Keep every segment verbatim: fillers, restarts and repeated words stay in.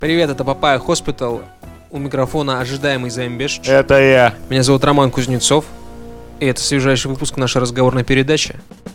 Привет, это Папайя Хоспитал. У микрофона ожидаемый Займбеш. Это я. Меня зовут Роман Кузнецов. И это свежайший выпуск нашей разговорной передачи.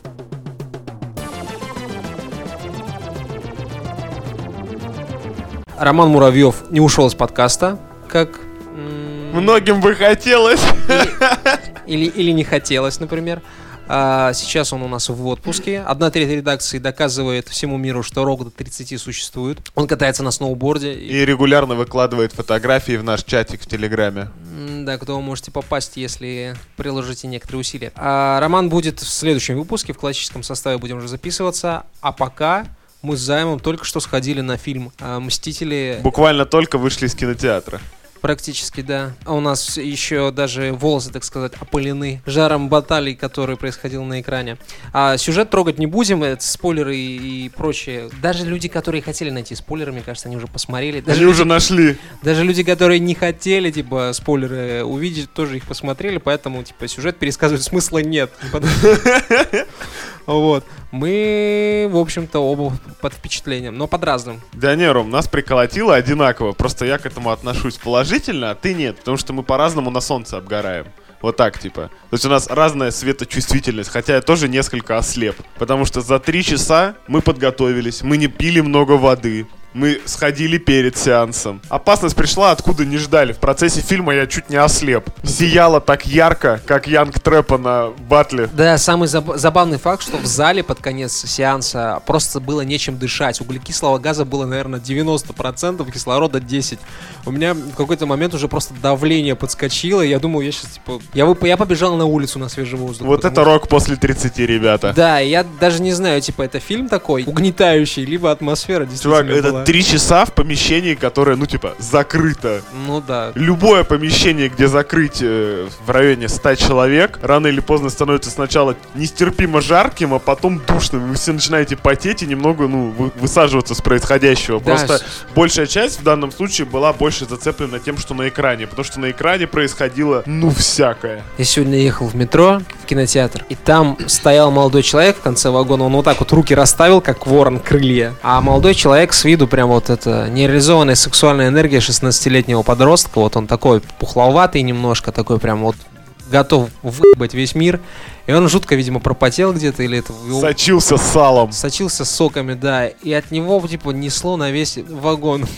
Роман Муравьев не ушел из подкаста, как... М- Многим бы хотелось. Или, или, или не хотелось, например. А сейчас он у нас в отпуске. Одна треть редакции доказывает всему миру, что рок до тридцати существует. Он катается на сноуборде. И регулярно выкладывает фотографии в наш чатик в Телеграме. Да, куда вы можете попасть, если приложите некоторые усилия. А Роман будет в следующем выпуске. В классическом составе будем уже записываться. А пока... Мы с Займом только что сходили на фильм «Мстители». Буквально только вышли из кинотеатра. Практически, да. А у нас еще даже волосы, так сказать, опылены жаром баталий, который происходил на экране. А сюжет трогать не будем, это спойлеры и, и прочее. Даже люди, которые хотели найти спойлеры, мне кажется, они уже посмотрели. Даже они люди, уже нашли. Даже люди, которые не хотели, типа, спойлеры увидеть, тоже их посмотрели, поэтому, типа, сюжет пересказывать смысла нет. Вот. Мы, в общем-то, оба под впечатлением, но под разным. Да не, Ром, нас приколотило одинаково. Просто я к этому отношусь положительно, а ты нет. Потому что мы по-разному на солнце обгораем. Вот так, типа. То есть у нас разная светочувствительность, хотя я тоже несколько ослеп. Потому что за три часа мы подготовились, мы не пили много воды. Мы сходили перед сеансом. Опасность пришла, откуда не ждали. В процессе фильма я чуть не ослеп. Сияло так ярко, как Янг Трэпа на батле. Да, самый заб- забавный факт, что в зале под конец сеанса просто было нечем дышать. Углекислого газа было, наверное, девяносто процентов, кислорода десять процентов. У меня в какой-то момент уже просто давление подскочило, и я думал, я сейчас, типа... Я, вы... я побежал на улицу на свежий воздух. Вот это что... рок после тридцати, ребята. Да, я даже не знаю, типа, это фильм такой угнетающий, либо атмосфера действительно Чувак, это была... Три часа в помещении, которое, ну, типа, закрыто. Ну да. Любое помещение, где закрыть э, в районе ста человек, рано или поздно становится сначала нестерпимо жарким, а потом душным. Вы все начинаете потеть и немного, ну, вы, высаживаться с происходящего. Да. Просто большая часть в данном случае была больше зацеплена тем, что на экране. Потому что на экране происходило, ну, всякое. Я сегодня ехал в метро, в кинотеатр, и там стоял молодой человек в конце вагона. Он вот так вот руки расставил, как ворон крылья. А молодой человек с виду прям вот это нереализованная сексуальная энергия шестнадцатилетнего подростка. Вот он такой пухловатый немножко, такой прям вот готов выебать весь мир. И он жутко, видимо, пропотел где-то или это... Сочился салом. Сочился соками, да. И от него, типа, несло на весь вагон.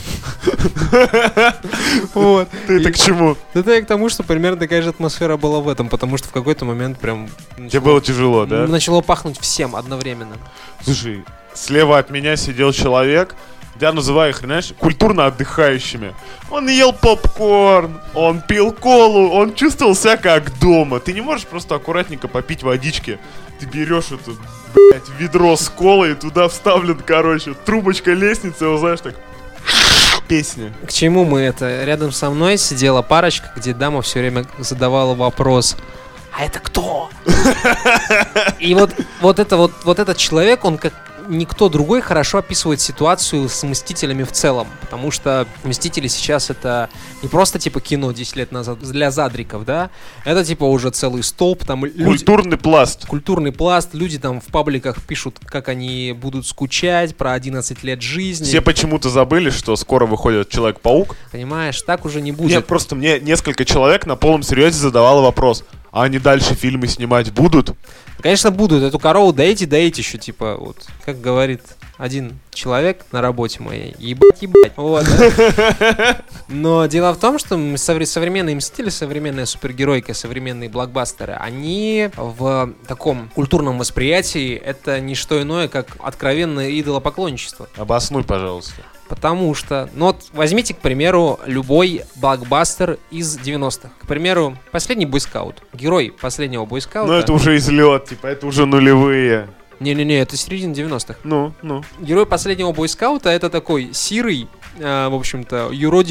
Вот. Ты это к чему? Это я к тому, что примерно такая же атмосфера была в этом, потому что в какой-то момент прям... Тебе было тяжело, да? Начало пахнуть всем одновременно. Слушай, слева от меня сидел человек... Я называю их, знаешь, культурно отдыхающими. Он ел попкорн, он пил колу, он чувствовал себя как дома. Ты не можешь просто аккуратненько попить водички. Ты берешь это, блядь, ведро с колой, туда вставлен, короче, трубочка лестницы, его, знаешь, так... Песня. К чему мы это? Рядом со мной сидела парочка, где дама все время задавала вопрос: а это кто? И вот, вот, это, вот, вот этот человек, он как никто другой хорошо описывает ситуацию с Мстителями в целом. Потому что Мстители сейчас это не просто типа кино десять лет назад для задриков, да? Это типа уже целый столб. Там культурный люди, пласт. Культурный пласт. Люди там в пабликах пишут, как они будут скучать, про одиннадцать лет жизни. Все почему-то забыли, что скоро выходит Человек-паук. Понимаешь, так уже не будет. Нет, просто мне несколько человек на полном серьезе задавало вопрос: а они дальше фильмы снимать будут? Конечно, будут. Эту корову доите, доите еще, типа, вот, как говорит один человек на работе моей: ебать, ебать. Вот. Но дело в том, что современные Мстители, современная супергеройка, современные блокбастеры, они в таком культурном восприятии это не что иное, как откровенное идолопоклонничество. Обоснуй, пожалуйста. Потому что, ну вот возьмите, к примеру, любой блокбастер из девяностых. К примеру, «Последний бойскаут». Герой «Последнего бойскаута». Ну это уже излет, типа, это уже нулевые. Не-не-не, это середина девяностых. Ну, ну. Герой «Последнего бойскаута» — это такой сирый, э, в общем-то, юродивый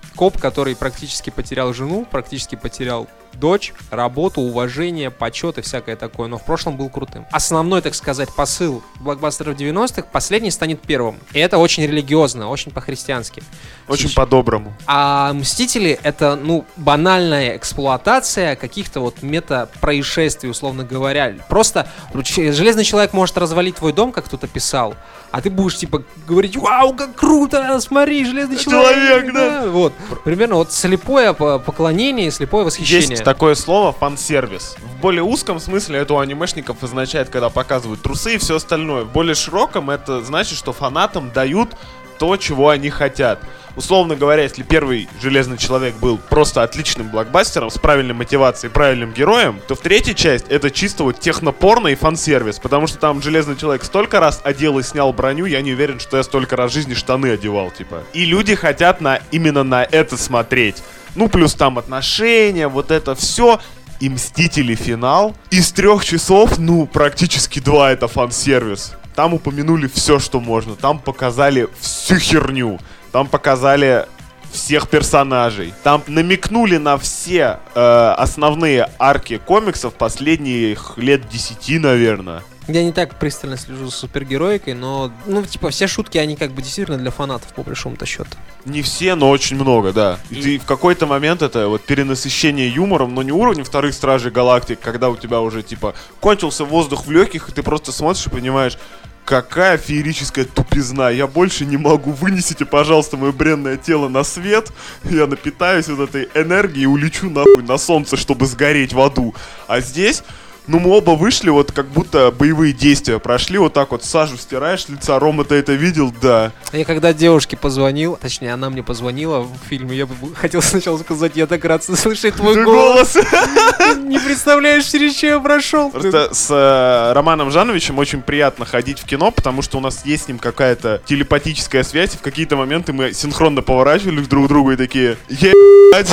коп, который практически потерял жену, практически потерял дочь, работу, уважение, почет и всякое такое, но в прошлом был крутым. Основной, так сказать, посыл блокбастеров девяностых, последний станет первым. И это очень религиозно, очень по-христиански. Очень Сейчас. по-доброму. А «Мстители» — это, ну, банальная эксплуатация каких-то вот мета-происшествий, условно говоря. Просто Железный Человек может развалить твой дом, как кто-то писал, а ты будешь, типа, говорить: «Вау, как круто, смотри, Железный Человек!», Человек, да. да. Вот. Примерно вот слепое поклонение, слепое восхищение. Есть такое слово фан-сервис. В более узком смысле это у анимешников означает, когда показывают трусы и все остальное. В более широком это значит, что фанатам дают то, чего они хотят. Условно говоря, если первый Железный Человек был просто отличным блокбастером с правильной мотивацией, правильным героем, то в третьей часть это чисто вот технопорно и фан-сервис, потому что там Железный Человек столько раз одел и снял броню, я не уверен, что я столько раз в жизни штаны одевал, типа. И люди хотят на, именно на это смотреть. Ну, плюс там отношения, вот это все. И Мстители финал. Из трех часов, ну, практически два это фан-сервис. Там упомянули все, что можно. Там показали всю херню. Там показали всех персонажей. Там намекнули на все э, основные арки комиксов последних лет десяти, наверное. Я не так пристально слежу за супергероикой, но, ну, типа, все шутки, они как бы действительно для фанатов, по большому-то счету. Не все, но очень много, да. И ты в какой-то момент это вот перенасыщение юмором, но не уровень вторых Стражей Галактик, когда у тебя уже, типа, кончился воздух в легких, и ты просто смотришь и понимаешь: какая феерическая тупизна, я больше не могу, вынесите, пожалуйста, мое бренное тело на свет, я напитаюсь вот этой энергией и улечу нахуй на солнце, чтобы сгореть в аду. А здесь... Ну, мы оба вышли, вот как будто боевые действия прошли, вот так вот сажу стираешь с лица. Рома, ты это видел? Да. Я когда девушке позвонил, точнее, она мне позвонила в фильме, я бы хотел сначала сказать: я так рад слышать твой голос. Не представляешь, через что я прошел. Просто с э, Романом Жановичем очень приятно ходить в кино, потому что у нас есть с ним какая-то телепатическая связь. В какие-то моменты мы синхронно поворачивались друг к другу и такие: ебать.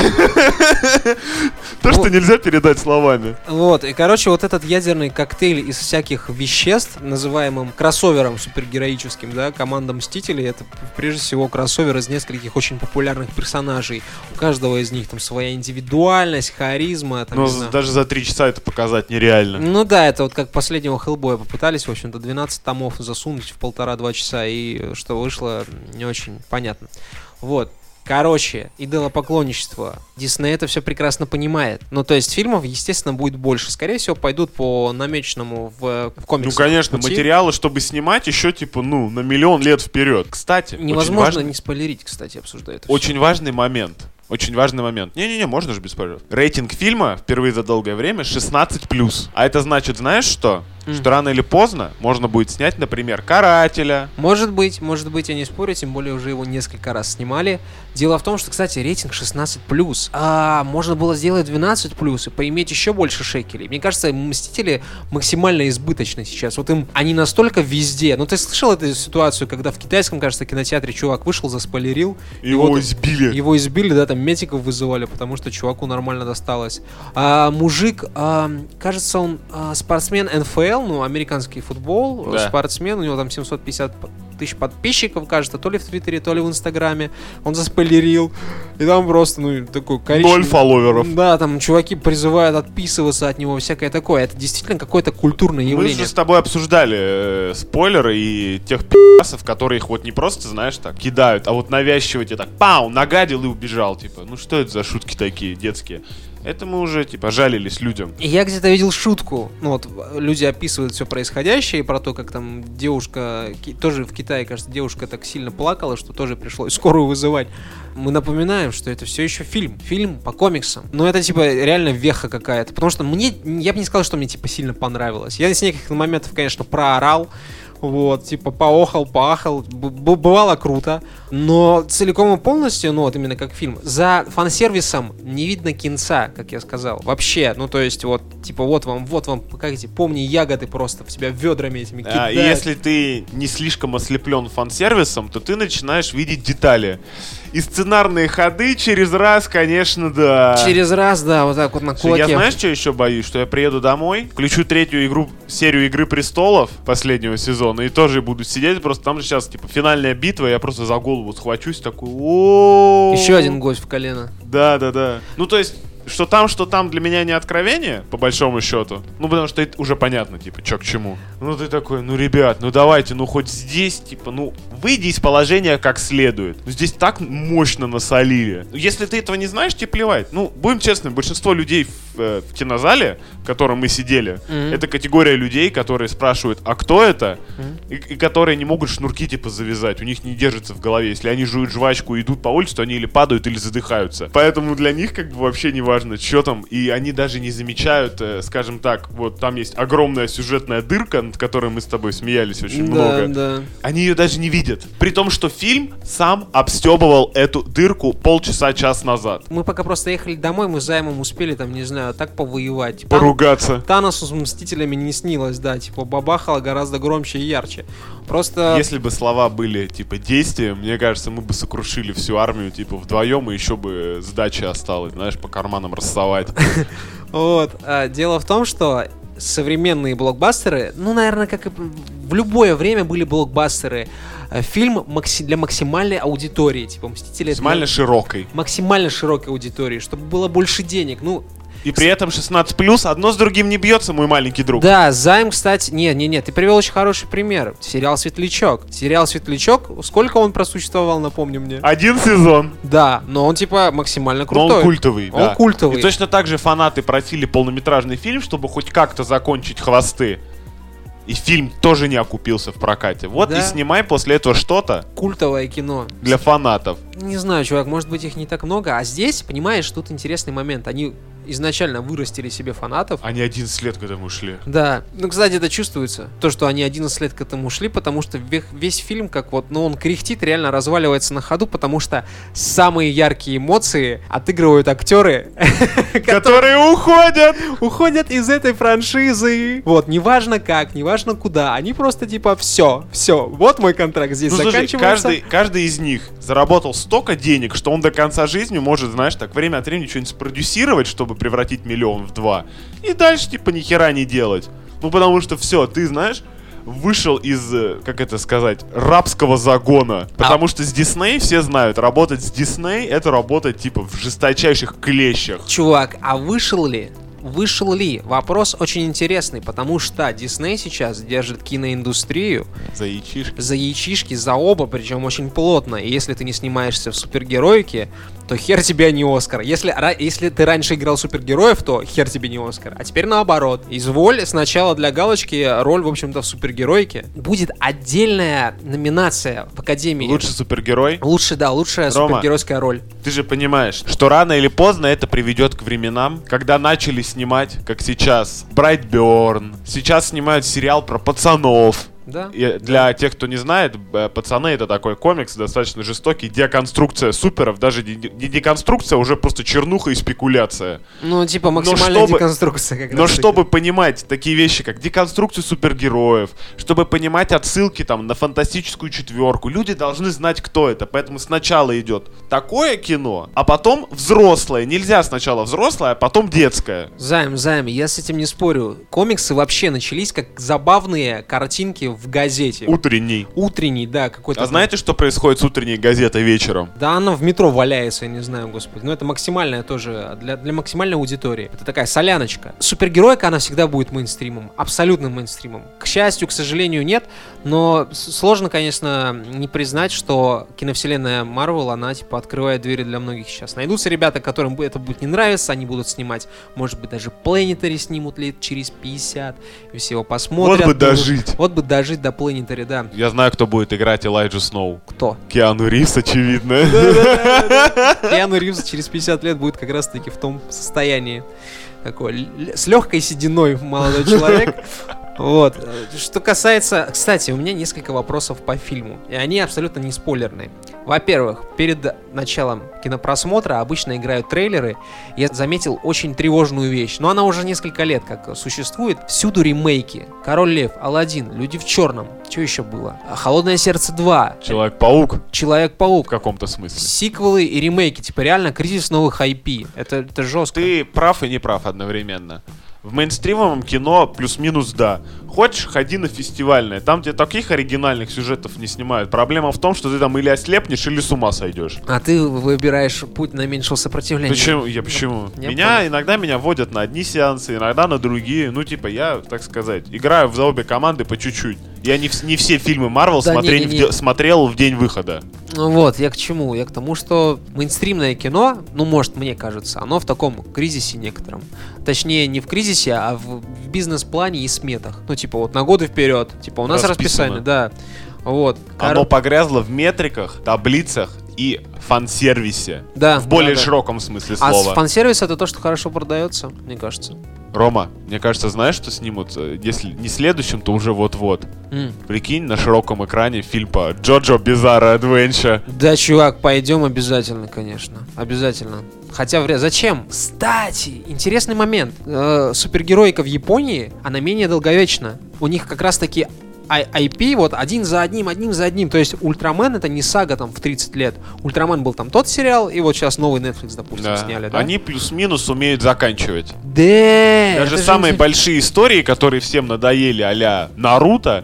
То, что нельзя передать словами. Вот, и, короче, вот этот ядерный коктейль из всяких веществ, называемым кроссовером супергероическим, да, команда Мстителей, это прежде всего кроссовер из нескольких очень популярных персонажей. У каждого из них там своя индивидуальность, харизма. Там, но даже за три часа это показать нереально. Ну да, это вот как последнего Хеллбоя попытались, в общем-то, двенадцать томов засунуть в полтора-два часа, и что вышло, не очень понятно. Вот. Короче, идолопоклонничество. Дисней это все прекрасно понимает. Ну, то есть фильмов, естественно, будет больше. Скорее всего, пойдут по намеченному в, в комиксах. Ну, конечно, пути. Материалы, чтобы снимать еще, типа, ну, на миллион лет вперед. Кстати, невозможно очень важный, не спойлерить, кстати, обсуждая это очень все. важный момент. Очень важный момент. Не-не-не, можно же без спойлеров. Рейтинг фильма впервые за долгое время шестнадцать плюс. А это значит, знаешь что? Mm. Что рано или поздно можно будет снять, например, «Карателя». Может быть, может быть, я не спорю, тем более уже его несколько раз снимали. Дело в том, что, кстати, рейтинг шестнадцать плюс. А можно было сделать двенадцать плюс и поиметь еще больше шекелей. Мне кажется, «Мстители» максимально избыточны сейчас. Вот им они настолько везде. Ну, ты слышал эту ситуацию, когда в китайском, кажется, кинотеатре чувак вышел, заспойлерил. Его вот, избили. Его избили, да, там медиков вызывали, потому что чуваку нормально досталось. А мужик, а, кажется, он а, спортсмен эн эф эл, ну, американский футбол, да. Спортсмен, у него там семьсот пятьдесят тысяч подписчиков, кажется, то ли в Твиттере, то ли в Инстаграме. Он заспойлерил. И там просто, ну, такой коричневый... Ноль фолловеров. Да, там чуваки призывают отписываться от него, всякое такое. Это действительно какое-то культурное явление. Мы же с тобой обсуждали э, спойлеры и тех пи***сов, которые их вот не просто, знаешь, так кидают, а вот навязчиво тебе так, пау, нагадил и убежал, типа. Ну что это за шутки такие детские? Это мы уже, типа, жалились людям. Я где-то видел шутку. Ну вот, люди описывают все происходящее, про то, как там девушка, тоже в Китае, кажется, девушка так сильно плакала, что тоже пришлось скорую вызывать. Мы напоминаем, что это все еще фильм. Фильм по комиксам. Но это, типа, реально веха какая-то. Потому что мне, я бы не сказал, что мне, типа, сильно понравилось. Я с неких моментов, конечно, проорал. Вот, типа, поохал, поахал, Б- бывало круто, но целиком и полностью, ну, вот именно как фильм, за фан-сервисом не видно кинца, как я сказал, вообще, ну, то есть, вот, типа, вот вам, вот вам, как эти, помни, ягоды просто в тебя ведрами этими кидают. А, и если ты не слишком ослеплен фан-сервисом, то ты начинаешь видеть детали. И сценарные ходы через раз, конечно, да. Через раз, да, вот так вот на кулаке. Я знаешь, что еще боюсь? Что я приеду домой, включу третью игру, серию «Игры престолов» последнего сезона, и тоже буду сидеть, просто там же сейчас, типа, финальная битва, я просто за голову схвачусь, такой, о. Еще один гость в колено. Да, да, да. Ну, то есть, что там, что там для меня не откровение, по большому счету. Ну, потому что это уже понятно, типа, чё к чему. Ну, ты такой, ну, ребят, ну, давайте, ну, хоть здесь, типа, ну, выйди из положения как следует. Ну, здесь так мощно насолили. Если ты этого не знаешь, тебе плевать. Ну, будем честны, большинство людей в, э, в кинозале, в котором мы сидели, mm-hmm. это категория людей, которые спрашивают, а кто это? Mm-hmm. И, и которые не могут шнурки, типа, завязать. У них не держится в голове. Если они жуют жвачку и идут по улице, то они или падают, или задыхаются. Поэтому для них, как бы, вообще не важно, что там, и они даже не замечают, э, скажем так, вот там есть огромная сюжетная дырка, над которой мы с тобой смеялись очень да, много. Да. Они ее даже не видят. При том, что фильм сам обстебывал эту дырку полчаса-час назад. Мы пока просто ехали домой, мы с Займом успели там, не знаю, так повоевать. Типа, поругаться. Таносу с Мстителями не снилось, да, типа бабахало гораздо громче и ярче. Просто... Если бы слова были, типа, действием, мне кажется, мы бы сокрушили всю армию, типа, вдвоем, и еще бы сдача осталась, знаешь, по карманам рассовать. Вот. Дело в том, что современные блокбастеры, ну, наверное, как и в любое время были блокбастеры, фильм для максимальной аудитории, типа «Мстители». Максимально это широкой. Максимально широкой аудитории, чтобы было больше денег, ну... И при этом шестнадцать плюс одно с другим не бьется, мой маленький друг. Да, Займ, кстати... Не-не-не, ты привел очень хороший пример. Сериал «Светлячок». Сериал «Светлячок», сколько он просуществовал, напомни мне? Один сезон. Да, но он типа максимально крутой. Но он культовый, он да. культовый. И точно так же фанаты просили полнометражный фильм, чтобы хоть как-то закончить хвосты. И фильм тоже не окупился в прокате. Вот да. И снимай после этого что-то. Культовое кино. Для фанатов. Не знаю, чувак, может быть их не так много. А здесь, понимаешь, тут интересный момент. Они изначально вырастили себе фанатов. Они одиннадцать лет к этому шли. Да. Ну, кстати, это чувствуется. То, что они одиннадцать лет к этому шли, потому что весь фильм, как вот, ну, он кряхтит, реально разваливается на ходу, потому что самые яркие эмоции отыгрывают актеры, которые уходят! Уходят из этой франшизы. Вот, неважно как, неважно куда. Они просто типа, все, все, вот мой контракт здесь ну, заканчивается. Слушай, каждый, каждый из них заработал столько денег, что он до конца жизни может, знаешь, так время от времени что-нибудь спродюсировать, чтобы превратить миллион в два. И дальше, типа, ни хера не делать. Ну, потому что все, ты знаешь, вышел из, как это сказать, рабского загона. Потому а... что с Дисней все знают, работать с Дисней — это работать, типа, в жесточайших клещах. Чувак, а вышел ли? Вышел ли? Вопрос очень интересный, потому что Дисней сейчас держит киноиндустрию за яичишки. За яичишки, за оба, причем очень плотно. И если ты не снимаешься в супергероике, то хер тебе не Оскар. Если, если ты раньше играл супергероев, то хер тебе не Оскар. А теперь наоборот. Изволь сначала для галочки роль, в общем-то, в супергеройке. Будет отдельная номинация в Академии. Лучший супергерой? Лучше, да, лучшая Рома, супергеройская роль. Ты же понимаешь, что рано или поздно это приведет к временам, когда начали снимать, как сейчас, Брайтберн. Сейчас снимают сериал про пацанов. Да. И для да. тех, кто не знает, «Пацаны» — это такой комикс достаточно жестокий, деконструкция суперов, даже не деконструкция, уже просто чернуха и спекуляция. Ну, типа максимальная чтобы, деконструкция. Как но раз чтобы таки. понимать такие вещи, как деконструкцию супергероев, чтобы понимать отсылки там на фантастическую четверку, люди должны знать, кто это. Поэтому сначала идет такое кино, а потом взрослое. Нельзя сначала взрослое, а потом детское. Займ, Займ, я с этим не спорю. Комиксы вообще начались как забавные картинки в газете. Утренний. Утренний, да, какой-то. А там... знаете, что происходит с утренней газетой вечером? Да, она в метро валяется, я не знаю, господи. Но это максимальная тоже, для, для максимальной аудитории. Это такая соляночка. Супергеройка, она всегда будет мейнстримом. Абсолютным мейнстримом. К счастью, к сожалению, нет. Но сложно, конечно, не признать, что киновселенная Марвел, она, типа, открывает двери для многих сейчас. Найдутся ребята, которым это будет не нравиться, они будут снимать, может быть, даже Planetary снимут лет через пятьдесят. И все его посмотрят. Вот бы дожить. Вот бы дожить. Жить до Planetary, да. Я знаю, кто будет играть Элайджу Сноу. Кто? Киану Ривз, очевидно. Киану Ривз через пятьдесят лет будет как раз-таки в том состоянии. Такой, с легкой сединой молодой человек. Вот. Что касается... Кстати, у меня несколько вопросов по фильму. И они абсолютно не спойлерные. Во-первых, перед началом кинопросмотра обычно играют трейлеры. Я заметил очень тревожную вещь. Но она уже несколько лет как существует. Всюду ремейки. Король Лев, Аладдин, Люди в черном. Что еще было? Холодное сердце два. Человек-паук. Человек-паук. В каком-то смысле. Сиквелы и ремейки. Типа реально кризис новых ай пи. Это, это жестко. Ты прав и не прав одновременно. В мейнстримовом кино плюс-минус да. Хочешь, ходи на фестивальное. Там тебе таких оригинальных сюжетов не снимают. Проблема в том, что ты там или ослепнешь, или с ума сойдешь. А ты выбираешь путь наименьшего сопротивления. Почему? Я почему? Я меня понял. иногда меня водят на одни сеансы, иногда на другие. Ну, типа, я, так сказать, играю за обе команды по чуть-чуть. Я не, в- не все фильмы Марвел Да смотрел, не, не, в не. де- смотрел в день выхода. Ну вот, я к чему? Я к тому, что мейнстримное кино, ну, может, мне кажется, оно в таком кризисе некотором. Точнее, не в кризисе, а в, в бизнес-плане и сметах. Ну, типа, вот на годы вперед. Типа, у нас Расписано. расписание, да. Вот. Оно Кор- погрязло в метриках, таблицах и фан-сервисе. Да, В более да, да. широком смысле А слова. фан-сервис это то, что хорошо продается, мне кажется. Рома, мне кажется, знаешь, что снимут? Э, Если не следующим, то уже вот-вот. М. Прикинь, на широком экране фильм по Джоджо Bizarre Adventure. Да, чувак, пойдем обязательно, конечно. Обязательно. Хотя, вряд зачем? Кстати, интересный момент. Э, супергероика в Японии, она менее долговечна. У них как раз таки ай- ай пи вот один за одним, одним за одним. То есть Ультрамен это не сага там в тридцать лет. Ультрамен был там тот сериал, и вот сейчас новый Netflix, допустим, Да. сняли, да? Они плюс-минус умеют заканчивать. Да! Даже это же самые интерес- большие истории, которые всем надоели а-ля Наруто,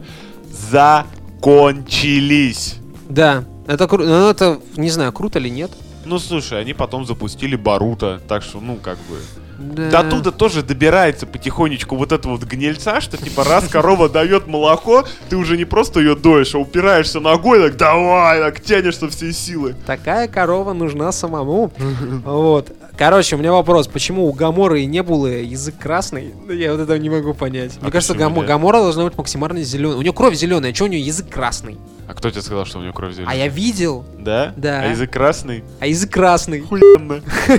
закончились. Да. Это, кру- ну, это, не знаю, круто или нет. Ну, слушай, они потом запустили Боруто, так что, ну, как бы... Да. До туда тоже добирается потихонечку вот это вот гнильца, что типа раз корова дает молоко, ты уже не просто ее доешь, а упираешься ногой, так давай, так тянешь со всей силы. Такая корова нужна самому. Вот. Короче, у меня вопрос. Почему у Гаморы и Небулы язык красный? Ну, я вот этого не могу понять. Мне кажется, почему Гамо- нет? Гамора должна быть максимально зеленой. У нее кровь зеленая, а что у нее язык красный? А кто тебе сказал, что у нее кровь зеленая? А я видел, Да? Да. А язык красный? а язык красный. Хуенно.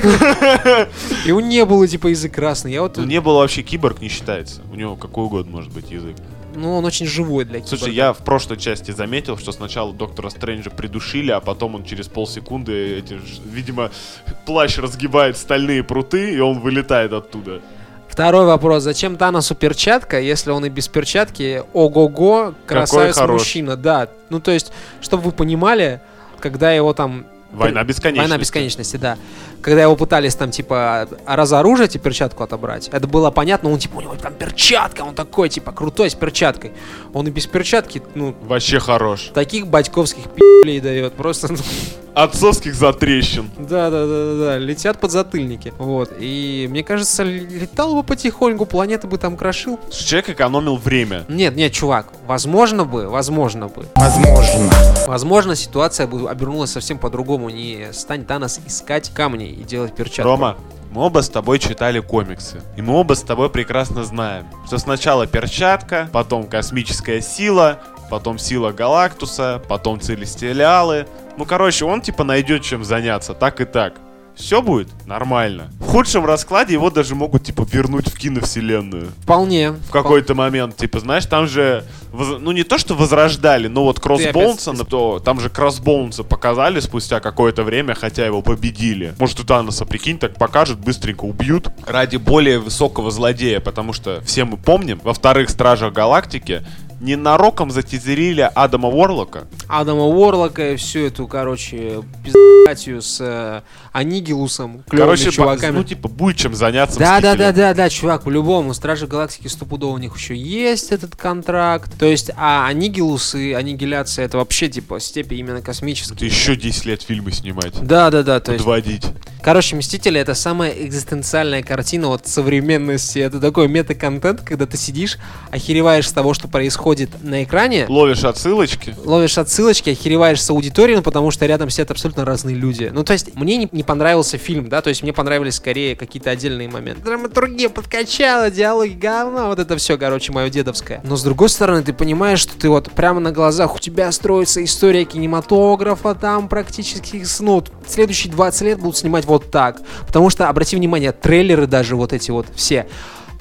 И у Небулы типа язык красный. Я вот, Ну, не было вообще киборг, не считается. У него какой угодно может быть язык. ну он очень живой для Слушай, киборга. я в прошлой части заметил, что сначала Доктора Стрэнджа придушили, а потом он через полсекунды, эти, ж- видимо, плащ разгибает стальные пруты, и он вылетает оттуда. Второй вопрос. Зачем Таносу перчатка, если он и без перчатки ого-го, красавец хорош. мужчина? Да. Ну то есть, чтобы вы понимали, когда его там... Война бесконечности. Война бесконечности, да. Когда его пытались там, типа, разоружить и перчатку отобрать, это было понятно, он, типа, у него там перчатка, он такой, типа, крутой с перчаткой. Он и без перчатки, ну, Вообще хорош. таких батьковских пи***лей дает, просто, ну, Отцовских затрещин. да-да-да-да, летят подзатыльники, вот. И, мне кажется, л- летал бы потихоньку, планеты бы там крошил. Человек экономил время. Нет, нет, чувак, возможно бы, возможно бы. Возможно. Возможно, ситуация бы обернулась совсем по-другому, не стань Танос искать камни и делать перчатку. Рома, мы оба с тобой читали комиксы. И мы оба с тобой прекрасно знаем, что сначала перчатка, потом космическая сила, потом сила Галактуса, потом Целестиалы. Ну, короче, он типа найдет чем заняться, так и так. Все будет нормально. В худшем раскладе его даже могут типа вернуть в киновселенную. Вполне. В какой-то момент, типа, знаешь, там же, воз- ну не то, что возрождали, но вот Кроссбоунса, опять- то там же Кроссбоунса показали спустя какое-то время, хотя его победили. Может, у Таноса, прикинь, так покажут, быстренько убьют ради более высокого злодея, потому что все мы помним, во вторых Стражах Галактики ненароком затизерили Адама Уорлока. Адама Уорлока и всю эту, короче, пиздатью с э, Анигилусом, клёвыми Короче, по- чуваками. ну типа будет чем заняться. Да, да, Мстителям. да, да, да, чувак, по-любому, Стражи Галактики стопудово у них еще есть этот контракт. То есть, а Анигилус и Аннигиляция это вообще, типа, степи именно Это космические. еще десять лет фильмы снимать. Да, да, да, то есть, Подводить. короче, Мстители это самая экзистенциальная картина вот современности. Это такой мета-контент, когда ты сидишь, охереваешь с того, что происходит на экране, Ловишь отсылочки. ловишь отсылочки, охереваешь с аудиторией, ну, потому что рядом сидят абсолютно разные люди. Ну, то есть, мне не, не понравился фильм, да, то есть, мне понравились скорее какие-то отдельные моменты. Драматургия подкачала, диалоги говно, вот это все, короче, мое дедовское. Но, с другой стороны, ты понимаешь, что ты вот прямо на глазах у тебя строится история кинематографа, там практически, ну, следующие двадцать лет будут снимать вот так. Потому что, обрати внимание, трейлеры даже вот эти вот все,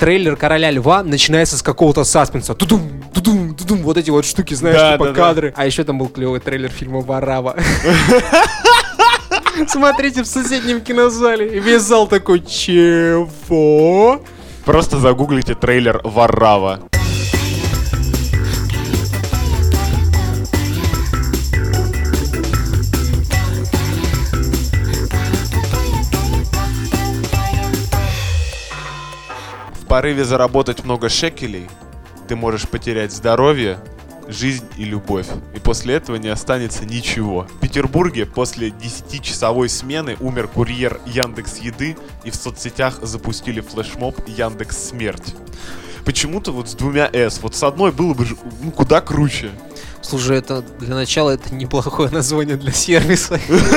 трейлер «Короля льва» начинается с какого-то саспенса. Тудум, тудум, тудум, вот эти вот штуки, знаешь, Да, типа да, кадры. да. А еще там был клевый трейлер фильма «Варава». Смотрите в соседнем кинозале. И весь зал такой: чего? Просто загуглите трейлер «Варрава». В порыве заработать много шекелей ты можешь потерять здоровье, жизнь и любовь. И после этого не останется ничего. В Петербурге после десятичасовой смены умер курьер Яндекс.Еды, и в соцсетях запустили флешмоб Яндекс Смерть. Почему-то вот с двумя «с». Вот с одной было бы ну, куда круче. Слушай, это для начала это неплохое название для сервиса.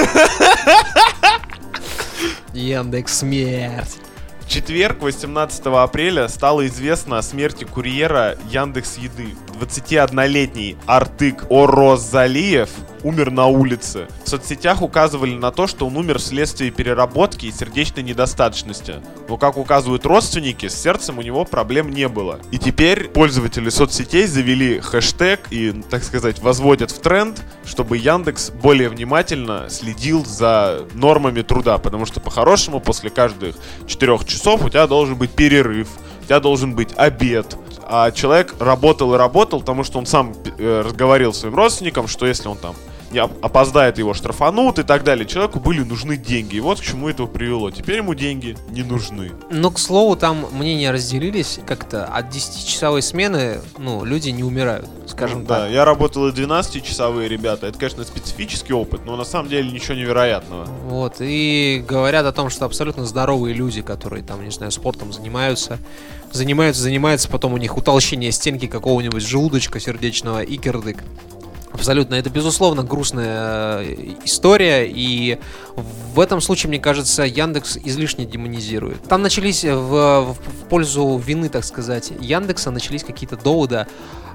Яндекс Смерть. В четверг, восемнадцатого апреля, стало известно о смерти курьера Яндекс.Еды. двадцатиоднолетний Артык Орозалиев умер на улице. В соцсетях указывали на то, что он умер вследствие переработки и сердечной недостаточности. Но, как указывают родственники, с сердцем у него проблем не было. И теперь пользователи соцсетей завели хэштег и, так сказать, возводят в тренд, чтобы Яндекс более внимательно следил за нормами труда. Потому что, по-хорошему, после каждых четырех часов у тебя должен быть перерыв, у тебя должен быть обед. А человек работал и работал, потому что он сам э, разговаривал своим родственникам, что если он там не опоздает, его штрафанут и так далее. Человеку были нужны деньги. И вот к чему это привело. Теперь ему деньги не нужны. Но, к слову, там мнения разделились как-то. От десятичасовой смены, ну, люди не умирают, скажем ну, так. Да, я работал и двенадцатичасовые, ребята. Это, конечно, специфический опыт, но на самом деле ничего невероятного. Вот, и говорят о том, что абсолютно здоровые люди, которые там, не знаю, спортом занимаются, занимаются, занимаются, потом у них утолщение стенки какого-нибудь желудочка сердечного и кирдык. Абсолютно, это, безусловно, грустная история, и в этом случае, мне кажется, Яндекс излишне демонизирует. Там начались в, в, в пользу вины, так сказать, Яндекса, начались какие-то доводы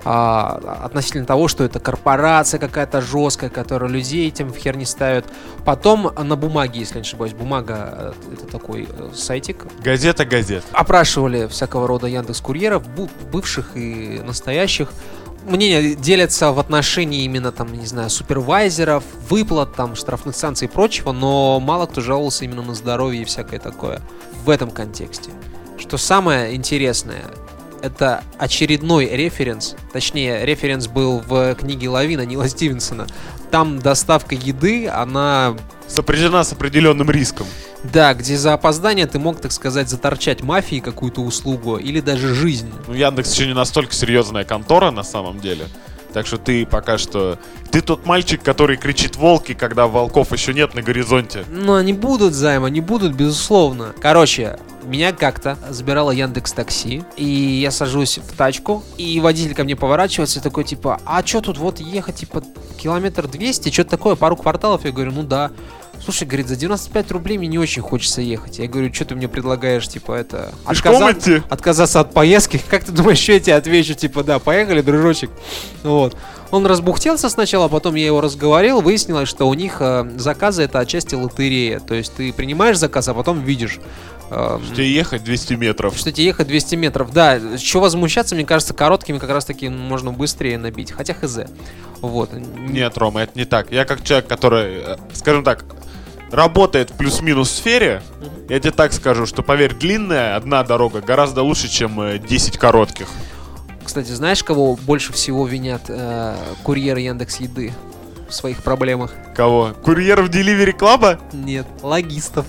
а, относительно того, что это корпорация какая-то жесткая, которая людей этим в хер не ставит. Потом на бумаге, если я не ошибаюсь, бумага — это такой сайтик. Газета газет. Опрашивали всякого рода Яндекс.Курьеров, бывших и настоящих. Мнения делятся в отношении именно там, не знаю, супервайзеров, выплат, там, штрафных санкций и прочего, но мало кто жаловался именно на здоровье и всякое такое в этом контексте. Что самое интересное, это очередной референс, точнее, референс был в книге Лавина Нила Стивенсона. Там доставка еды, она... сопряжена с определенным риском. Да, где за опоздание ты мог, так сказать, заторчать мафии какую-то услугу или даже жизнь. Ну, Яндекс еще не настолько серьезная контора на самом деле. Так что ты пока что... Ты тот мальчик, который кричит «волки», когда волков еще нет на горизонте. Ну, они будут, Займ, они будут, безусловно. Короче, меня как-то забирало Яндекс.Такси, и я сажусь в тачку, и водитель ко мне поворачивается и такой, типа, а что тут вот ехать, типа, километр двести, что-то такое, пару кварталов? Я говорю, ну да. Слушай, говорит, за девяносто пять рублей мне не очень хочется ехать. Я говорю, что ты мне предлагаешь, типа, это... Отказа... Отказаться от поездки? Как ты думаешь, что я тебе отвечу? Типа, да, поехали, дружочек. Вот. Он разбухтелся сначала, потом я его разговорил. Выяснилось, что у них э, заказы — это отчасти лотерея. То есть ты принимаешь заказ, а потом видишь... Э, что тебе ехать двести метров. Что тебе ехать двести метров. Да, чего возмущаться, мне кажется, короткими как раз-таки можно быстрее набить. Хотя хз. Вот. Нет, Рома, это не так. Я как человек, который, скажем так... работает в плюс-минус сфере, mm-hmm. я тебе так скажу, что, поверь, длинная одна дорога гораздо лучше, чем десять коротких. Кстати, знаешь, кого больше всего винят э, курьеры Яндекс.Еды в своих проблемах? Кого? Курьеров Delivery Club? Нет, логистов.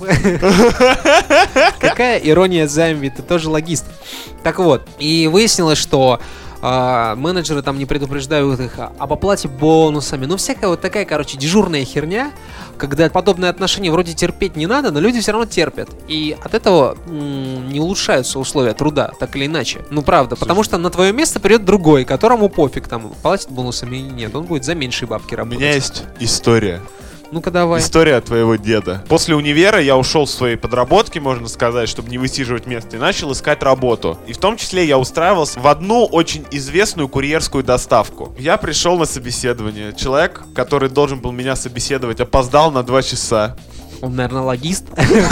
Какая ирония, Займ, ты тоже логист. Так вот, и выяснилось, что Uh, менеджеры там не предупреждают их об оплате бонусами. Ну, всякая вот такая, короче, дежурная херня, когда подобное отношение вроде терпеть не надо, но люди все равно терпят. И от этого м- не улучшаются условия труда, так или иначе. Ну, правда, Слушай. Потому что на твое место придет другой, которому пофиг, там, платит бонусами или нет. Он будет за меньшие бабки работать. У меня есть история. Ну-ка давай. История твоего деда. После универа я ушел с своей подработки, можно сказать, чтобы не высиживать место, и начал искать работу. И в том числе я устраивался в одну очень известную курьерскую доставку. Я пришел на собеседование. Человек, который должен был меня собеседовать, опоздал на два часа. Он, наверное, логист.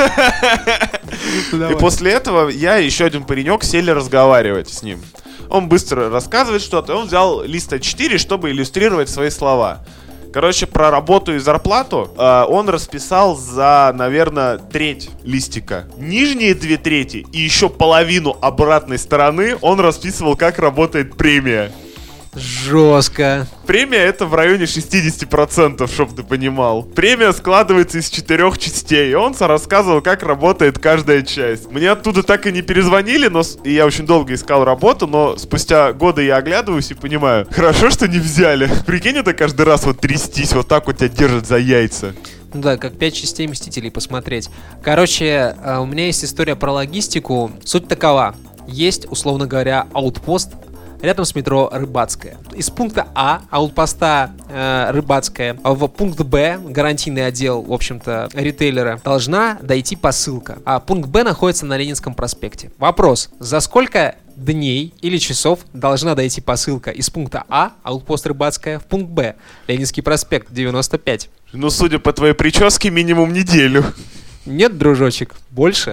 И после этого я и еще один паренек сели разговаривать с ним. Он быстро рассказывает что-то, он взял лист а четыре, чтобы иллюстрировать свои слова. Короче, про работу и зарплату э, он расписал за, наверное, треть листика. Нижние две трети и еще половину обратной стороны он расписывал, как работает премия. Жестко. Премия это в районе шестьдесят процентов, чтоб ты понимал. Премия складывается из четырех частей. И он рассказывал, как работает каждая часть. Мне оттуда так и не перезвонили, но и я очень долго искал работу, но спустя годы я оглядываюсь и понимаю, хорошо, что не взяли. Прикинь, это каждый раз вот трястись, вот так вот тебя держат за яйца. Ну да, как пять частей Мстителей посмотреть. Короче, у меня есть история про логистику. Суть такова. Есть, условно говоря, аутпост рядом с метро Рыбацкая. Из пункта А, аутпоста э, Рыбацкая, в пункт Б, гарантийный отдел, в общем-то, ритейлера, должна дойти посылка. А пункт Б находится на Ленинском проспекте. Вопрос, за сколько дней или часов должна дойти посылка из пункта А, аутпост Рыбацкая, в пункт Б, Ленинский проспект, девяносто пять? Ну, судя по твоей прическе, минимум неделю. Нет, дружочек, больше.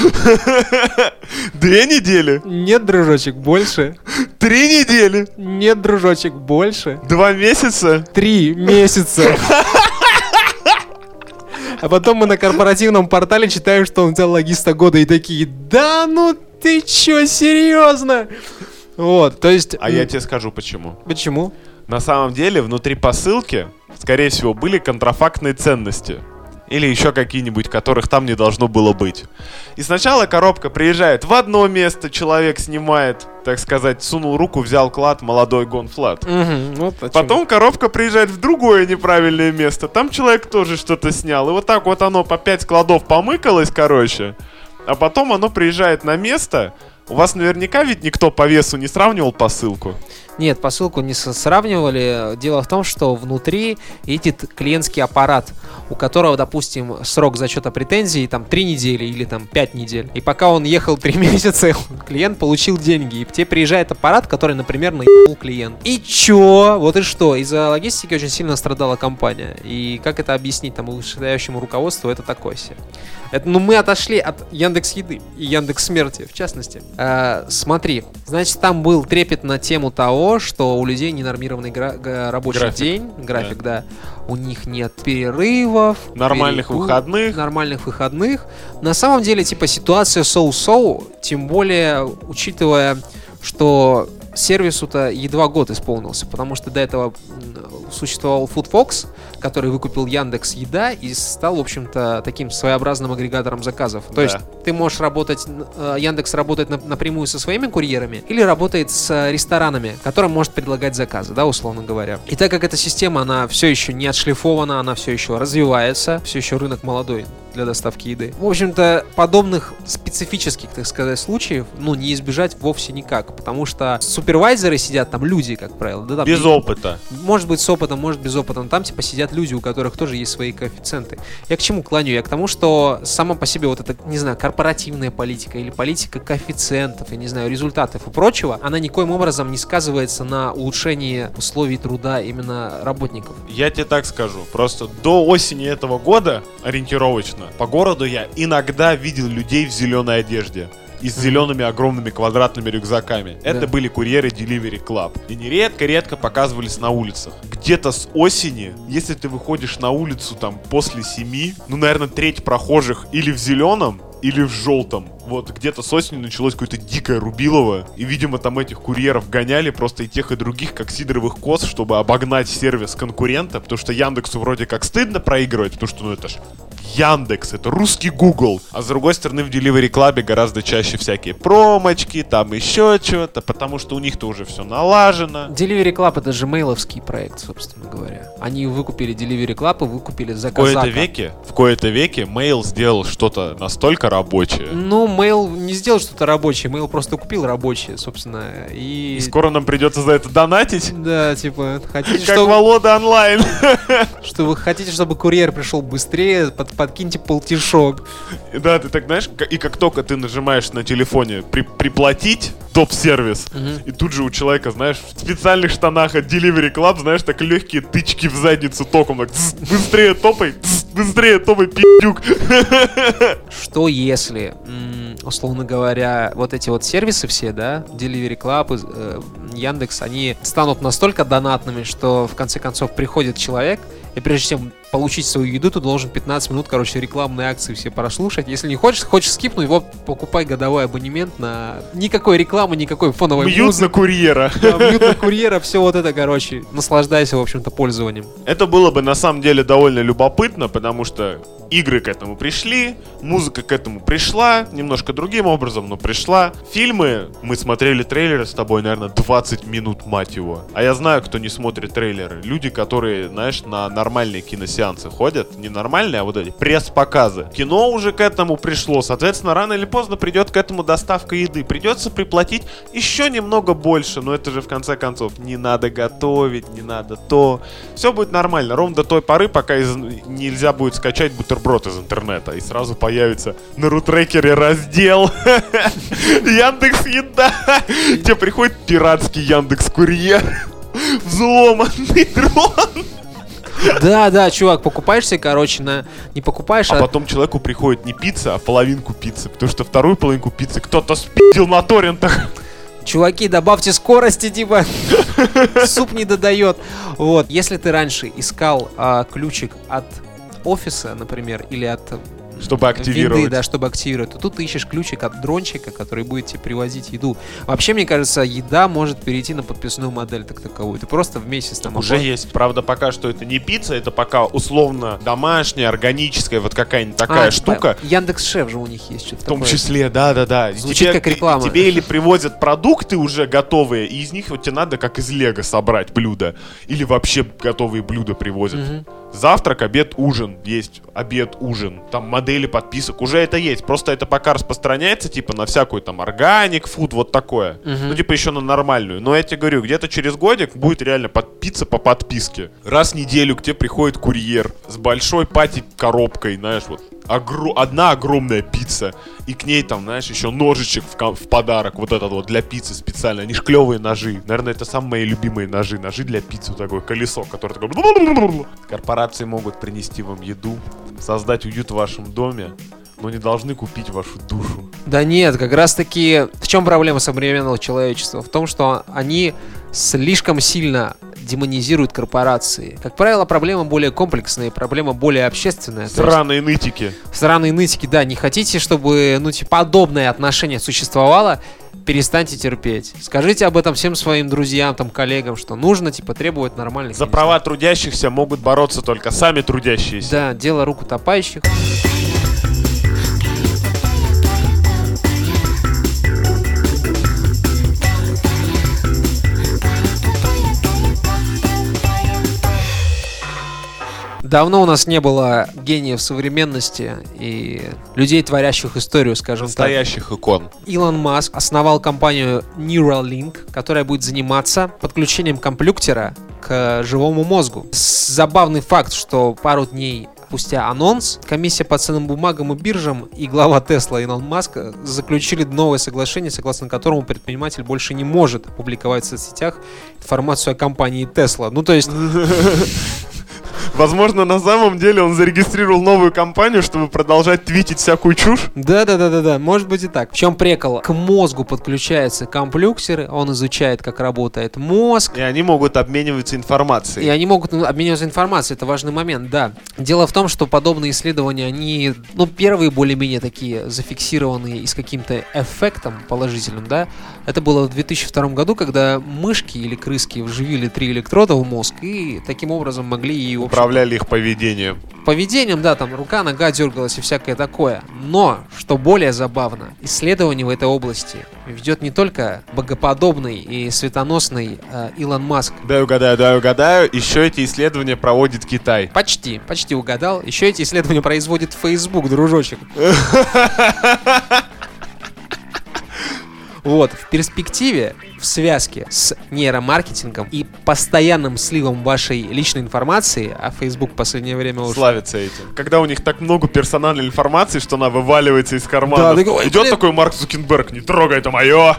Две недели? Нет, дружочек, больше. Три недели? Нет, дружочек, больше. Два месяца? Три месяца. А потом мы на корпоративном портале читаем, что он взял логиста года, и такие: да ну ты чё, серьезно? Вот, то есть... А я тебе скажу почему. Почему? На самом деле, внутри посылки, скорее всего, были контрафактные ценности. Или еще какие-нибудь, которых там не должно было быть. И сначала коробка приезжает в одно место, человек снимает, так сказать, сунул руку, взял клад, молодой гонфлат. Угу, вот Потом коробка приезжает в другое неправильное место, там человек тоже что-то снял. И вот так вот оно по пять кладов помыкалось, короче. А потом оно приезжает на место. У вас наверняка ведь никто по весу не сравнивал посылку? Нет, посылку не сравнивали. Дело в том, что внутри едет клиентский аппарат, у которого, допустим, срок зачета претензий там три недели или там пять недель. И пока он ехал три месяца, клиент получил деньги. И тебе приезжает аппарат, который, например, наебал клиент. И чё? Вот и что? Из-за логистики очень сильно страдала компания. И как это объяснить там вышестоящему руководству, это такое себе. Это, ну, мы отошли от Яндекс.Еды и Яндекс.Смерти, в частности. Э, смотри, значит, там был трепет на тему того, что у людей ненормированный гра- рабочий график. день, график, да. да. У них нет перерывов, нормальных перекур, выходных. Нормальных выходных. На самом деле, типа, ситуация соу-соу, тем более, учитывая, что сервису-то едва год исполнился, потому что до этого существовал FoodFox, который выкупил Яндекс.Еда и стал, в общем-то, таким своеобразным агрегатором заказов. То да. есть ты можешь работать, Яндекс работает на, напрямую со своими курьерами или работает с ресторанами, которым может предлагать заказы, да, условно говоря. И так как эта система, она все еще не отшлифована, она все еще развивается, все еще рынок молодой для доставки еды. В общем-то, подобных специфических, так сказать, случаев, ну, не избежать вовсе никак, потому что супервайзеры сидят там люди, как правило. Да, там без есть, опыта. Может быть, с опытом, может без опыта, но там, типа, сидят люди, у которых тоже есть свои коэффициенты. Я к чему клоню? Я к тому, что сама по себе вот эта, не знаю, корпоративная политика или политика коэффициентов, я не знаю, результатов и прочего, она никоим образом не сказывается на улучшении условий труда именно работников. Я тебе так скажу, просто до осени этого года, ориентировочно, по городу я иногда видел людей в зеленой одежде и с зелеными огромными квадратными рюкзаками. Это да. были курьеры Delivery Club. И нередко-редко показывались на улицах. Где-то с осени, если ты выходишь на улицу там после семи, ну, наверное, треть прохожих или в зеленом, или в желтом. Вот где-то с осени началось какое-то дикое рубилово. И, видимо, там этих курьеров гоняли просто и тех, и других, как сидоровых коз, чтобы обогнать сервис конкурента. Потому что Яндексу вроде как стыдно проигрывать, потому что, ну, это ж Яндекс, это русский Google. А с другой стороны, в Delivery Club гораздо чаще всякие промочки, там еще что-то, потому что у них-то уже все налажено. Delivery Club — это же мейловский проект, собственно говоря. Они выкупили Delivery Club и выкупили Заказака. В кои-то веке, в кои-то веке Mail сделал что-то настолько рабочее. Ну, Mail не сделал что-то рабочее, Mail просто купил рабочее, собственно. И, и скоро нам придется за это донатить? Да, типа, хотите, как чтобы... Волода онлайн. Что вы хотите, чтобы курьер пришел быстрее, под, подкиньте полтишок. Да, ты так знаешь, и как только ты нажимаешь на телефоне при, приплатить, топ-сервис. Мгм. И тут же у человека, знаешь, в специальных штанах от Delivery Club, знаешь, так легкие тычки в задницу током. Так, «Тс, быстрее топай, тс, быстрее топай, пи***юк». Что если, м, условно говоря, вот эти вот сервисы все, да, Delivery Club, э, Яндекс, они станут настолько донатными, что в конце концов приходит человек, и прежде чем получить свою еду, ты должен пятнадцать минут, короче, рекламные акции все прослушать. Если не хочешь, хочешь скипнуть, вот покупай годовой абонемент на никакой рекламы, никакой фоновой Мьют музыки. на курьера. Да, мьют на курьера, все вот это, короче, наслаждайся, в общем-то, пользованием. Это было бы на самом деле довольно любопытно, потому что игры к этому пришли, музыка к этому пришла, немножко другим образом, но пришла. Фильмы, мы смотрели трейлеры с тобой, наверное, двадцать минут, мать его. А я знаю, кто не смотрит трейлеры. Люди, которые, знаешь, на нормальные киносеансы ходят. Не нормальные, а вот эти пресс-показы. Кино уже к этому пришло. Соответственно, рано или поздно придет к этому доставка еды. Придется приплатить еще немного больше. Но это же, в конце концов, не надо готовить, не надо то. Все будет нормально. Ровно до той поры, пока из... нельзя будет скачать бутерброд из интернета. И сразу появится на рутрекере раздел Яндекс Еда. Тебе приходит пиратский Яндекс Курьер. Взломанный дрон. Да, да, чувак, покупаешь себе, короче, на... Не покупаешь, А а... потом человеку приходит не пицца, а половинку пиццы. Потому что вторую половинку пиццы кто-то спидил на торрентах. Чуваки, добавьте скорости, типа, суп не додает. Вот, если ты раньше искал а, ключик от офиса, например, или от... Чтобы активировать. Винды, да, чтобы активировать, то тут ты ищешь ключик от дрончика, который будет тебе привозить еду. Вообще, мне кажется, еда может перейти на подписную модель так таковую. Ты просто в месяц там... Уже оплат- есть. Правда, пока что это не пицца, это пока условно домашняя, органическая, вот какая-нибудь такая А, штука. Яндекс.Шеф же у них есть что-то В том такое. числе, да-да-да. Звучит Тебе- как реклама. Тебе или привозят продукты уже готовые, и из них вот тебе надо как из лего собрать блюдо. Или вообще готовые блюда привозят. Мгм. Завтрак, обед, ужин. Есть обед, ужин. Там модели подписок. Уже это есть. Просто это пока распространяется, типа, на всякую там органик, фуд, вот такое. Мгм. Ну, типа, еще на нормальную. Но я тебе говорю, где-то через годик будет реально под пицца по подписке. Раз в неделю к тебе приходит курьер с большой пати-коробкой, знаешь, вот. Огро- одна огромная пицца. И к ней там, знаешь, еще ножичек в, ко- в подарок. Вот этот вот для пиццы специально. Они ж клевые ножи. Наверное, это самые мои любимые ножи. Ножи для пиццы. Вот такое колесо, которое такое... Корпорации могут принести вам еду, создать уют в вашем доме, но не должны купить вашу душу. Да нет, как раз таки, в чем проблема современного человечества? В том, что они слишком сильно демонизируют корпорации. Как правило, проблема более комплексная, проблема более общественная. То есть Сраные нытики. Сраные нытики, да, не хотите, чтобы, ну, типа, подобное отношение существовало, перестаньте терпеть. Скажите об этом всем своим друзьям, там, коллегам, что нужно, типа, требовать нормальных... За я не права трудящихся могут бороться только сами трудящиеся. знаю. Да, дело рук утопающих. Давно у нас не было гениев современности и людей, творящих историю, скажем так. Настоящих икон. Илон Маск основал компанию Neuralink, которая будет заниматься подключением компьютера к живому мозгу. С- Забавный факт, что пару дней спустя анонс, комиссия по ценным бумагам и биржам и глава Тесла Илон Маск заключили новое соглашение, согласно которому предприниматель больше не может опубликовать в соцсетях информацию о компании Тесла. Ну, то есть... Возможно, на самом деле он зарегистрировал новую компанию, чтобы продолжать твитить всякую чушь. Да-да-да-да-да, может быть и так. В чем прикол? К мозгу подключаются компьютеры, он изучает, как работает мозг, И они могут обмениваться информацией. и они могут ну, обмениваться информацией, это важный момент, да. Дело в том, что подобные исследования, они, ну, первые более-менее такие зафиксированные и с каким-то эффектом положительным, да. Это было в две тысячи втором году, когда мышки или крыски вживили три электрода в мозг и таким образом могли и в общем, Управляли их поведением. поведением, да, там рука, нога дергалась и всякое такое. Но, что более забавно, исследование в этой области ведет не только богоподобный и светоносный э, Илон Маск. Дай угадаю, дай угадаю. Еще эти исследования проводит Китай. Почти, почти угадал. Еще эти исследования производит Facebook, дружочек. Вот, в перспективе, в связке с нейромаркетингом и постоянным сливом вашей личной информации, а Facebook в последнее время уже... Славится этим. Когда у них так много персональной информации, что она вываливается из кармана. Да, да, идет такой Марк Цукерберг, не трогай, это мое!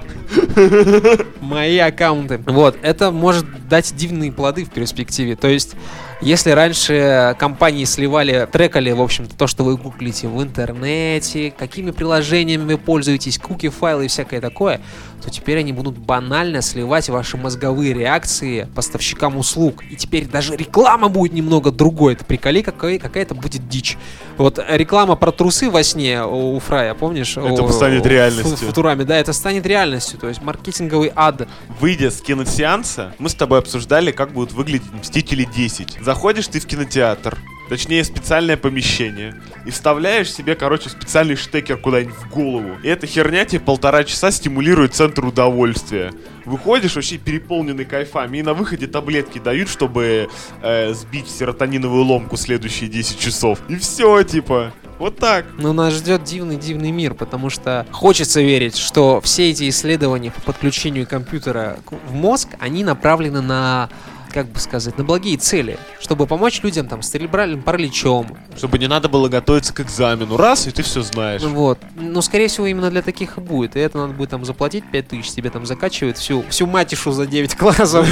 Мои аккаунты. Вот, это может дать дивные плоды в перспективе. То есть, если раньше компании сливали, трекали, в общем-то, то, что вы гуглите в интернете, какими приложениями вы пользуетесь, куки, файлы и всякое такое, то теперь они будут банально сливать ваши мозговые реакции поставщикам услуг. И теперь даже реклама будет немного другой. Это приколи, какая- какая-то будет дичь. Вот реклама про трусы во сне у Фрая, помнишь? Это О- станет о- реальностью. В Футураме, да, это станет реальностью. То есть маркетинговый ад. Выйдя с киносеанса, мы с тобой обсуждали, как будут выглядеть «Мстители десять». Заходишь ты в кинотеатр, точнее специальное помещение, и вставляешь себе, короче, специальный штекер куда-нибудь в голову. И эта херня тебе полтора часа стимулирует центр удовольствия. Выходишь вообще переполненный кайфами, и на выходе таблетки дают, чтобы э, сбить серотониновую ломку следующие десять часов. И все, типа... Вот так. Но нас ждет дивный-дивный мир, потому что хочется верить, что все эти исследования по подключению компьютера к- в мозг, они направлены на, как бы сказать, на благие цели, чтобы помочь людям там с церебральным параличом. Чтобы не надо было готовиться к экзамену. Раз, и ты все знаешь. Вот. Но, скорее всего, именно для таких и будет. И это надо будет там заплатить пять тысяч, тебе там закачивают всю, всю матишу за девять классов.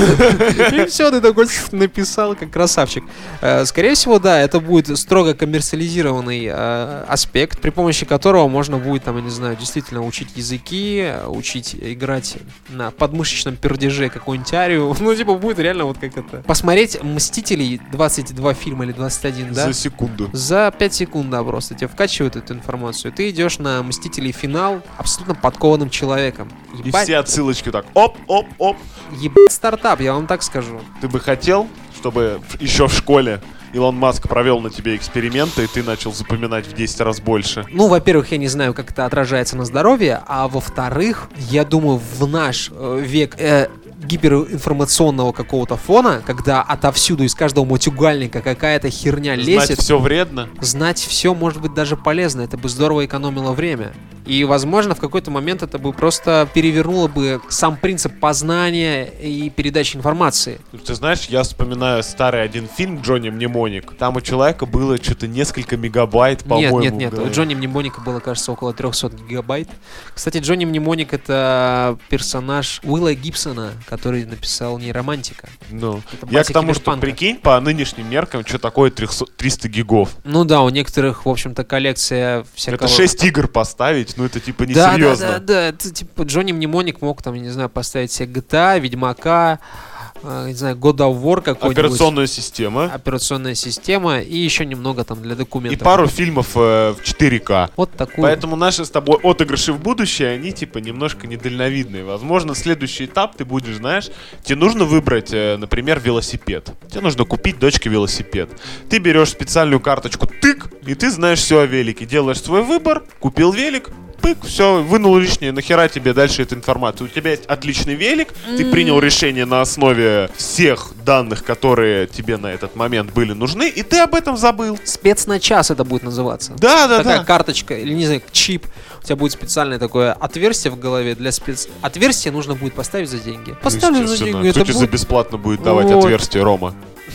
И все, ты такой написал, как красавчик. Э, Скорее всего, да, это будет строго коммерциализированный э, аспект, при помощи которого можно будет, там, я не знаю, действительно учить языки, э, учить играть на подмышечном пердеже какую-нибудь арию. Ну, типа, будет реально вот как это. Посмотреть «Мстителей», двадцать два фильма или двадцать один, да? За секунду. За пять секунд, да, просто тебе вкачивают эту информацию. Ты идешь на «Мстителей. Финал» абсолютно подкованным человеком. И Ебать, все отсылочки так оп-оп-оп. ебать стартап, я вам так скажу. Ты бы хотел, чтобы в- еще в школе Илон Маск провел на тебе эксперименты, и ты начал запоминать в десять раз больше? Ну, во-первых, я не знаю, как это отражается на здоровье, а во-вторых, я думаю, в наш э, век э, гиперинформационного какого-то фона, когда отовсюду из каждого матюгальника какая-то херня Знать лезет, все вредно? знать все может быть даже полезно, это бы здорово экономило время. И, возможно, в какой-то момент это бы просто перевернуло бы сам принцип познания и передачи информации. Ты знаешь, я вспоминаю старый один фильм «Джонни Мнемоник». Там у человека было что-то несколько мегабайт, Нет, по-моему. нет, в нет, у голове. Джонни Мнемоника было, кажется, около триста гигабайт. Кстати, Джонни Мнемоник — это персонаж Уилла Гибсона, который написал «Нейромантика». Ну, Это я к батя тому, что, киберпанка. прикинь, по нынешним меркам, что такое триста триста гигов. Ну да, у некоторых, в общем-то, коллекция всякого... Это шесть игр поставить, ну это типа Да, да, несерьезно. да, да, это типа Джонни Мнемоник мог там, я не знаю, поставить себе джи ти эй, Ведьмака, э, не знаю, God of War какой-нибудь. Операционная система. Операционная система и еще немного там для И документов. пару фильмов э, в четыре ка. Вот такую. Поэтому наши с тобой отыгрыши в будущее, они типа немножко недальновидные. Возможно, следующий этап ты будешь, знаешь, тебе нужно выбрать, э, например, велосипед. Тебе нужно купить дочке велосипед. Ты берешь специальную карточку тык, и ты знаешь все о велике. Делаешь свой выбор, купил велик, пык, все, вынул лишнее, нахера тебе дальше эта информация? У тебя есть отличный велик, ты принял решение на основе всех данных, которые тебе на этот момент были нужны, и ты об этом забыл. Спец на час это будет называться. Да, да, Такая да. карточка, или не знаю, чип. У тебя будет специальное такое отверстие в голове для спец... Отверстие нужно будет поставить за деньги. Поставлю за Естественно. деньги, Кто это тебе за будет... бесплатно будет давать Вот. отверстие, Рома?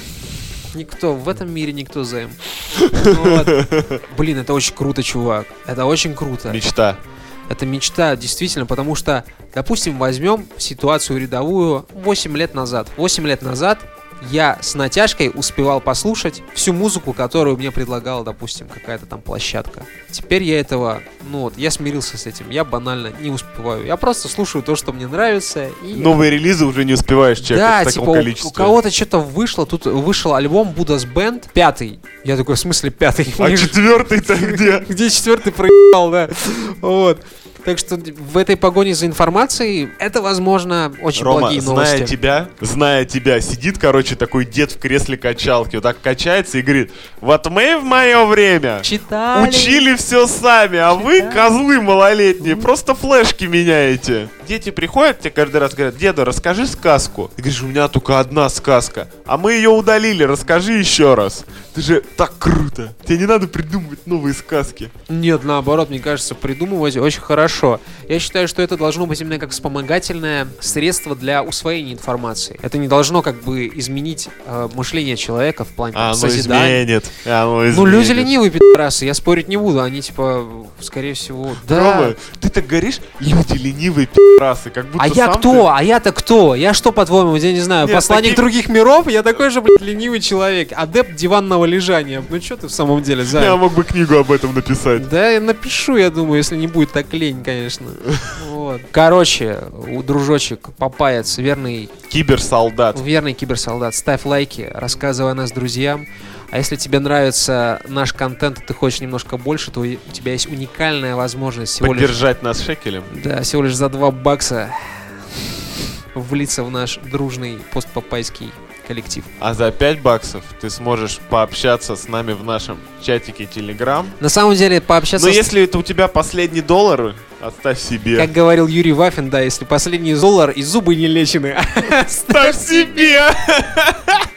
Никто, в этом мире никто займ. Вот. Блин, это очень круто, чувак. Это очень круто. Мечта. Это мечта, действительно, потому что, допустим, возьмем ситуацию рядовую восемь лет назад. восемь лет назад я с натяжкой успевал послушать всю музыку, которую мне предлагала, допустим, какая-то там площадка. Теперь я этого, ну вот, я смирился с этим. Я банально не успеваю. Я просто слушаю то, что мне нравится. И... Новые релизы уже не успеваешь чекать Да, в таком типа у- количестве. у кого-то что-то вышло, тут вышел альбом Buddha's Band, пятый. Я такой, в смысле пятый? А четвертый-то где? Где четвертый проебал, да. Вот. Так что в этой погоне за информацией это, возможно, очень Рома, благие зная новости. тебя, зная тебя, сидит, короче, такой дед в кресле качалки, вот так качается и говорит: вот мы в мое время Читали. учили все сами, а вы, Читали. козлы малолетние, просто флешки меняете. дети приходят, тебе каждый раз говорят: деда, расскажи сказку. Ты говоришь: у меня только одна сказка. А мы ее удалили, расскажи еще раз. Это же так круто. Тебе не надо придумывать новые сказки. Нет, наоборот, мне кажется, придумывать очень хорошо. Я считаю, что это должно быть именно как вспомогательное средство для усвоения информации. Это не должно как бы изменить э, мышление человека в плане А, там, ну созидания. изменит. А, ну, изменит. Ну, люди ленивые, пидорасы, я спорить не буду. Они, типа, скорее всего... Да. Рома, ты так говоришь, люди ленивые пи***расы, как будто А я сам кто? ты- А я-то кто? Я что, по-твоему, я не знаю, Нет, посланник таких- других миров? Я такой же, блядь, ленивый человек. Адепт диванного лежания. Ну, что ты в самом деле, Я Зай? мог бы книгу об этом написать. Да, я напишу, я думаю, если не будет так лень, конечно. Вот. Короче, у дружочек, папаец, верный, Киберсолдат. верный киберсолдат, ставь лайки, рассказывай о нас друзьям. А если тебе нравится наш контент, и ты хочешь немножко больше, то у тебя есть уникальная возможность всего лишь, Поддержать нас шекелем. да, всего лишь за два бакса влиться в наш дружный постпапайский коллектив. А за пять баксов ты сможешь пообщаться с нами в нашем чатике Telegram. На самом деле, пообщаться Но с... если это у тебя последний доллар, оставь себе. Как говорил Юрий Вафин, да, если последний доллар и зубы не лечены, Оставь себе!